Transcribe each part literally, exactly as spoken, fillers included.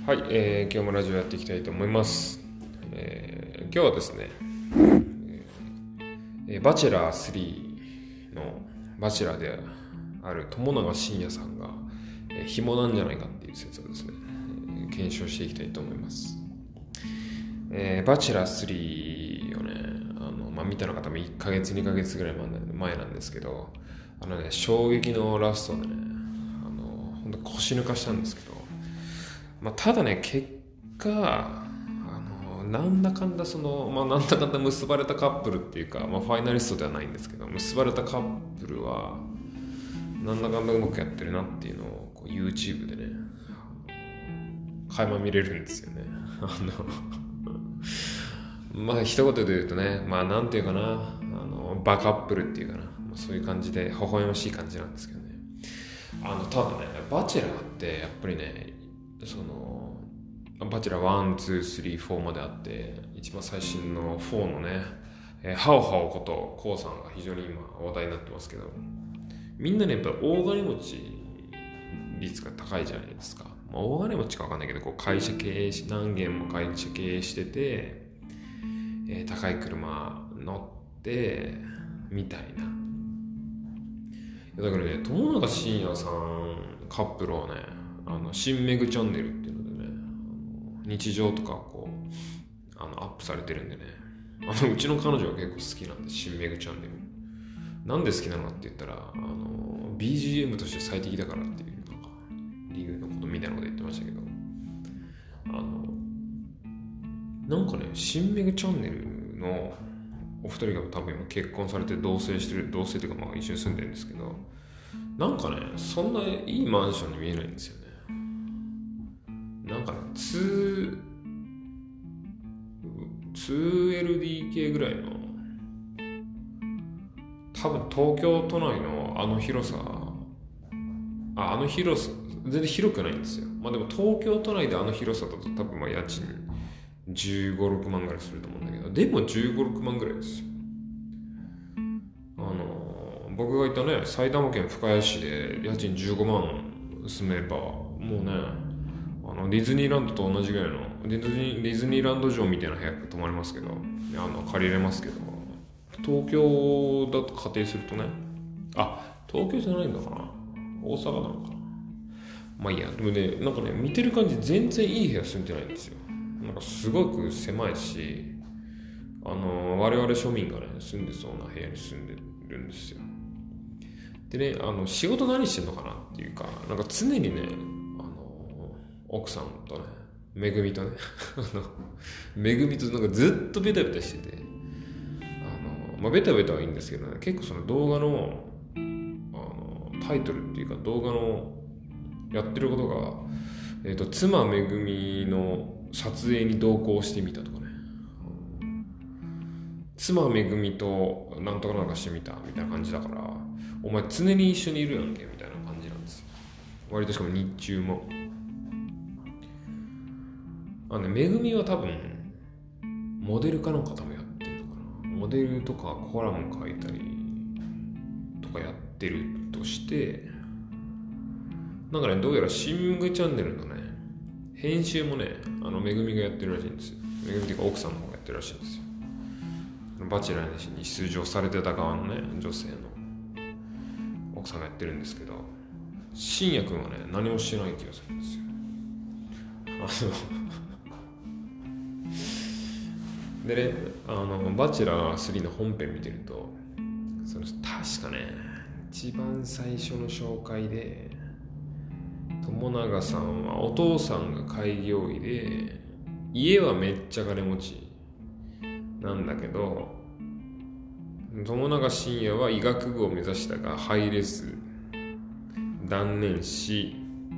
はい、えー今日もラジオやっていきたいと思います。えー今日はですね、えーバチェラースリーのバチェラーである友永信也さんが、えー紐なんじゃないかっていう説をですね、えー検証していきたいと思います。えーバチェラースリーをね、あの、まあ、見たのが多分いっかげつにかげつぐらい前なんですけど、あのね、衝撃のラストでね、あの本当腰抜かしたんですけど、まあ、ただね、結果、あの、なんだかんだその、まあ、なんだかんだ結ばれたカップルっていうか、まあ、ファイナリストではないんですけど、結ばれたカップルは、なんだかんだうまくやってるなっていうのを、こう YouTube でね、垣間見れるんですよね。あの、まあ、一言で言うとね、まあ、なんていうかな、あの、バカップルっていうかな、まあ、そういう感じで、微笑ましい感じなんですけどね。あの、ただね、バチェラーってやっぱりね、そのバチェラーワン、ツー、スリー、フォーまであって、一番最新のフォーのね、えー、ハオハオことコウさんが非常に今話題になってますけど、みんなねやっぱり大金持ち率が高いじゃないですか。まあ、大金持ちかわかんないけど、こう会社経営し何軒も会社経営してて、えー、高い車乗ってみたいな。だからね、友永信也さんカップルはね、あの新メグチャンネルっていうのでね、あの日常とかこうあのアップされてるんでね、あのうちの彼女は結構好きなんで、新メグチャンネル。なんで好きなのって言ったら、あの ビージーエム として最適だからっていうなんか理由のことみたいなこと言ってましたけど、あのなんかね、新メグチャンネルのお二人が多分今結婚されて同棲してる、同棲というかまあ一緒に住んでるんですけど、なんかね、そんないいマンションに見えないんですよね。なんかね、ツーエルディーケー ぐらいの、多分東京都内のあの広さ、あ、あの広さ、全然広くないんですよ。まあでも東京都内であの広さだと多分まあ家賃じゅうご、ろくまんぐらいすると思うんだけど、でもじゅうご、ろくまんぐらいですよ。あのー、僕がいたね、埼玉県深谷市で家賃じゅうごまん住めば、もうね、あのディズニーランドと同じぐらいのディズニーディズニーランド城みたいな部屋泊まれますけど、あの借りれますけど、東京だと仮定するとね、あ、東京じゃないのかな、大阪なのかな、まあいいや。でもね、なんかね、見てる感じ全然いい部屋住んでないんですよ。なんかすごく狭いし、あの我々庶民がね住んでそうな部屋に住んでるんですよ。でね、あの仕事何してんのかなっていうか、なんか常にね、あの奥さんとね、めぐみとねあのめぐみとなんかずっとベタベタしてて、あのまあベタベタはいいんですけどね、結構その動画のあのタイトルっていうか動画のやってることが、えーと、妻めぐみの撮影に同行してみたとかね、妻めぐみとなんとかなんかしてみたみたいな感じだから、お前常に一緒にいるやんけみたいな感じなんですよ。割としかも日中も。あのね、めぐみは多分モデルかなんか多分やってるのかな。モデルとかコラム書いたりとかやってるとして、なんかね、どうやらシングチャンネルのね、編集もね、あのめぐみがやってるらしいんですよ。めぐみっていうか奥さんの方がやってるらしいんですよ。バチェラーに出場されてた側のね、女性の奥さんがやってるんですけど、信也君はね、何もしてない気がするんですよ。あのでね、あのバチェラースリーの本編見てると、その確かね、一番最初の紹介で友永さんはお父さんが開業医で、家はめっちゃ金持ちなんだけど、友永信也は医学部を目指したが入れず断念し、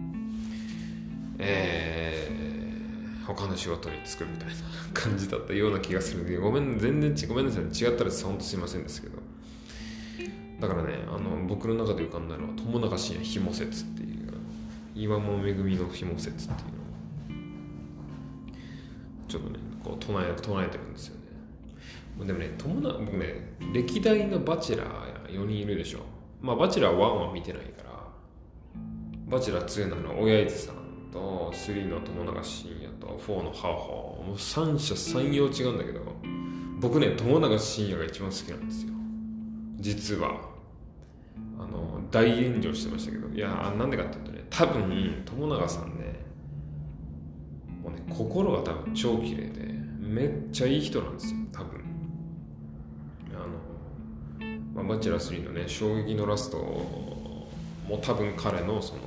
えー、他の仕事に就くみたいな感じだったような気がするんで、ごめん、全然ちごめんなさい、違ったら本当すいませんですけど、だからね、あの僕の中で浮かんだのは友永信也ひも説っていう、岩間めぐみのひも説っていうのをちょっとねこう唱え唱えてるんですよね。でもね、友達、僕ね、歴代のバチェラーよにんいるでしょ。まあ、バチェラーワンは見てないから、バチェラーツーのあの親伊豆さんとスリーの友永信也とフォーのハオハオ、もう三者三様違うんだけど、僕ね友永信也が一番好きなんですよ。実はあの大炎上してましたけど、いやなんでかっていうとね、多分友永さんね、もうね心が多分超綺麗でめっちゃいい人なんですよ。多分あの、まあ、バチェラースリーのね衝撃のラストも多分彼のその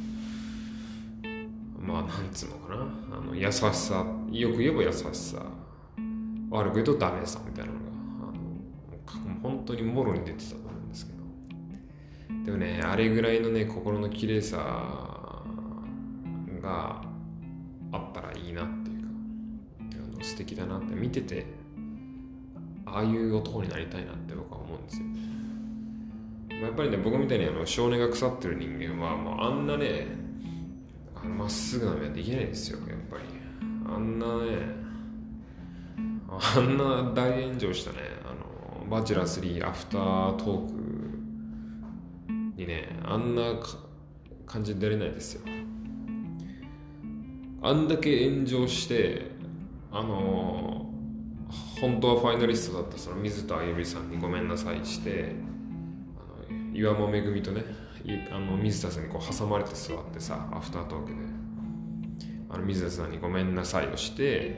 まあなんつうのかな、あの優しさ、よく言えば優しさ、悪く言うとダメさみたいなのがあの本当にもろに出てたと思うんですけど、でもねあれぐらいのね心の綺麗さがあったらいいなっていうか、あの素敵だなって見てて、ああいう男になりたいなって僕は思うんですよね。やっぱりね僕みたいにあの少年が腐ってる人間はもうあんなねまっすぐな目はできないですよ。やっぱりあんなねあんな大炎上したねあのバチェラースリーアフタートークにねあんな感じで出れないですよ。あんだけ炎上してあの本当はファイナリストだったその水田あゆりさんにごめんなさいして、あの岩間めぐみとねあの水田さんにこう挟まれて座ってさ、アフタートークであの水田さんにごめんなさいをして、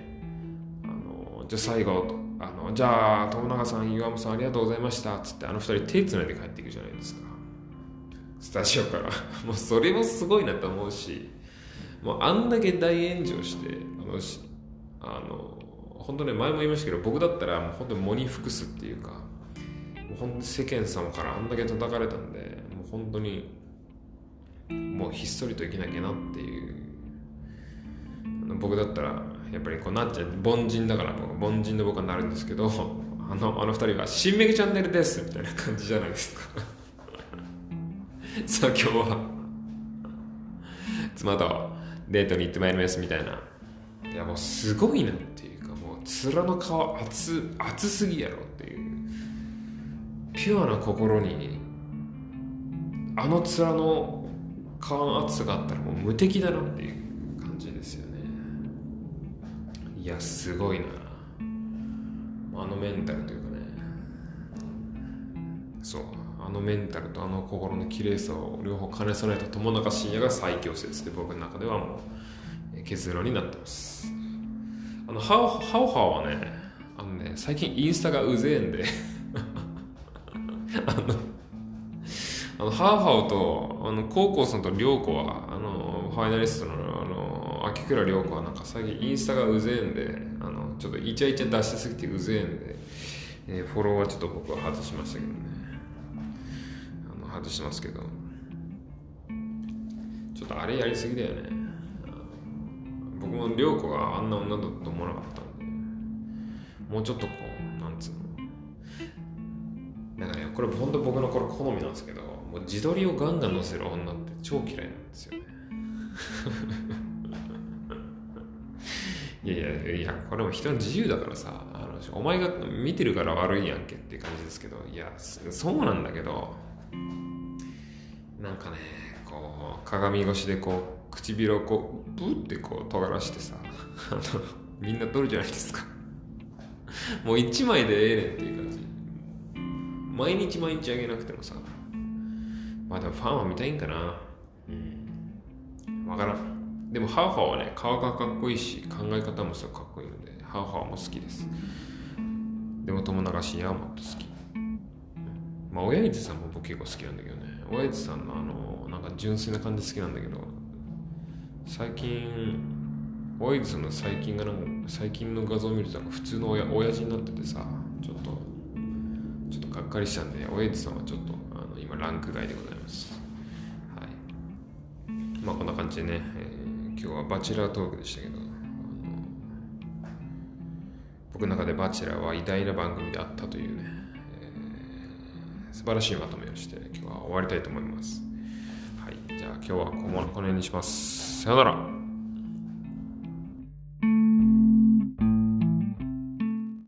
あのじゃあ最後あのじゃあ友永さん岩間さんありがとうございましたっつってあの二人手つないで帰っていくじゃないですか、スタジオからもうそれもすごいなと思うし、もうあんだけ大炎上してあのあの本当ね前も言いましたけど、僕だったらもう本当に喪に服すっていうか、もう本当に世間様からあんだけ叩かれたんで、もう本当にもうひっそりと生きなきゃなっていう、僕だったらやっぱりこうなっちゃう凡人だから凡人で僕はなるんですけど、あのあの二人が新めぐチャンネルですみたいな感じじゃないですかさあ今日は妻とデートに行ってまいりますみたいな、いやもうすごいなっていうか、もう面の皮熱熱すぎやろっていう、ピュアな心にあの面の皮の厚さがあったらもう無敵だなっていう感じですよね。いやすごいなあのメンタルというかね、そうあのメンタルとあの心の綺麗さを両方兼ね備えた友永信也が最強説で、僕の中ではもう結論になってます。あのハオハオハオはね、あのね最近インスタがうぜえんであのあのハオハオとあのコウコウさんとリョウコはあのファイナリストのあの秋倉涼子はなんか最近インスタがうぜえんで、あのちょっとイチャイチャ出しすぎてうぜえんで、えー、フォローはちょっと僕は外しましたけどね、あの外しますけど、ちょっとあれやりすぎだよね。僕も涼子があんな女だと思わなかったんで、もうちょっとこうなんつうの、なんかねこれ本当僕のこれ好みなんですけど、もう自撮りをガンガン載せる女って超嫌いなんですよねいやいやいや、これも人の自由だからさ、あのお前が見てるから悪いやんけっていう感じですけど、いやそうなんだけど、なんかねこう鏡越しでこう唇をこうブーってこう尖らしてさあのみんな撮るじゃないですかもう一枚でええねんっていう感じ。毎日毎日あげなくてもさ、まあでもファンは見たいんかな、うん分からん。でもハオハオはね顔がかっこいいし考え方もすごくかっこいいのでハオハオも好きです。でも友永信也はもっと好き。まあ親父さんも僕結構好きなんだけどね、親父さんのあのなんか純粋な感じ好きなんだけど、最近親父さんの最近がなんか最近の画像を見るとなんか普通の親親父になっててさ、ちょっとちょっとがっかりしたんで、親父さんはちょっとあの今ランク外でございます。はい。まあこんな感じでね、えー今日はバチェラートークでしたけど、あの僕の中でバチェラーは偉大な番組であったというね、えー、素晴らしいまとめをして今日は終わりたいと思います。はい、じゃあ今日はこここの辺にします。さよなら。